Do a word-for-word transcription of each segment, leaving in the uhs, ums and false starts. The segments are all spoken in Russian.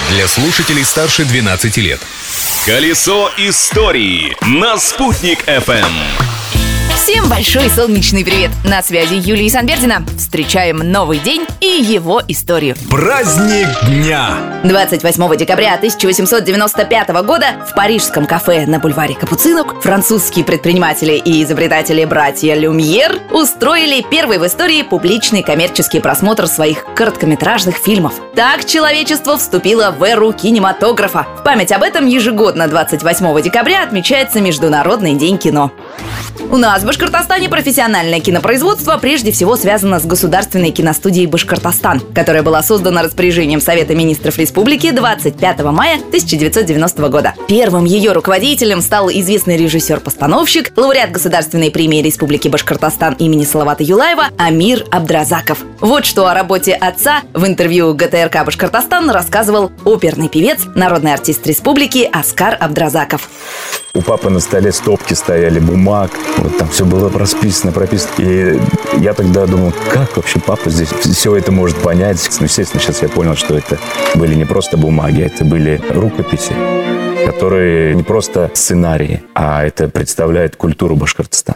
Для слушателей старше двенадцати лет. Колесо истории на Спутник эф эм. Всем большой солнечный привет! На связи Юлия Санбердина. Встречаем новый день и его историю. Праздник дня! двадцать восьмого декабря тысяча восемьсот девяносто пятого года в парижском кафе на бульваре Капуцинок французские предприниматели и изобретатели братья Люмьер устроили первый в истории публичный коммерческий просмотр своих короткометражных фильмов. Так человечество вступило в эру кинематографа. В память об этом ежегодно двадцать восьмого декабря отмечается Международный день кино. У нас в Башкортостане профессиональное кинопроизводство прежде всего связано с Государственной киностудией «Башкортостан», которая была создана распоряжением Совета министров республики двадцать пятого мая тысяча девятьсот девяностого года. Первым ее руководителем стал известный режиссер-постановщик, лауреат Государственной премии Республики Башкортостан имени Салавата Юлаева Амир Абдразаков. Вот что о работе отца в интервью гэ тэ эр ка «Башкортостан» рассказывал оперный певец, народный артист республики Аскар Абдразаков. У папы на столе стопки стояли бумаг, вот там все было расписано, прописано. И я тогда думал, как вообще папа здесь все это может понять? Ну, естественно, сейчас я понял, что это были не просто бумаги, это были рукописи, которые не просто сценарии, а это представляет культуру Башкортостана.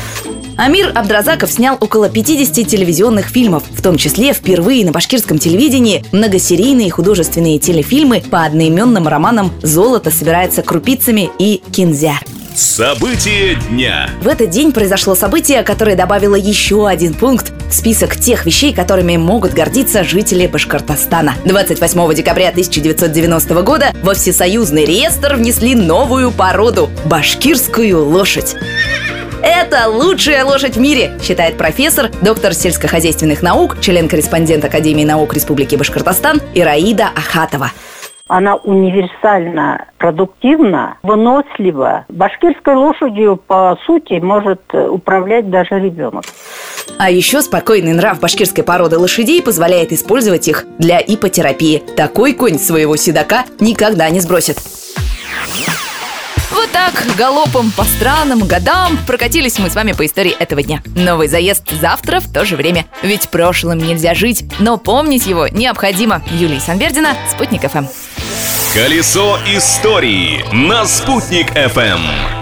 Амир Абдразаков снял около пятидесяти телевизионных фильмов, в том числе впервые на башкирском телевидении многосерийные художественные телефильмы по одноименным романам «Золото собирается крупицами» и «Кинзя». События дня. В этот день произошло событие, которое добавило еще один пункт в список тех вещей, которыми могут гордиться жители Башкортостана. двадцать восьмого декабря тысяча девятьсот девяностого года во Всесоюзный реестр внесли новую породу – башкирскую лошадь. Это лучшая лошадь в мире, считает профессор, доктор сельскохозяйственных наук, член-корреспондент Академии наук Республики Башкортостан Ираида Ахатова. Она универсально продуктивна, вынослива. Башкирской лошадью, по сути, может управлять даже ребенок. А еще спокойный нрав башкирской породы лошадей позволяет использовать их для иппотерапии. Такой конь своего седока никогда не сбросит. Вот так, галопом по странам, годам прокатились мы с вами по истории этого дня. Новый заезд завтра в то же время. Ведь прошлым нельзя жить, но помнить его необходимо. Юлия Санбердина, Спутник эф эм. Колесо истории на Спутник эф эм.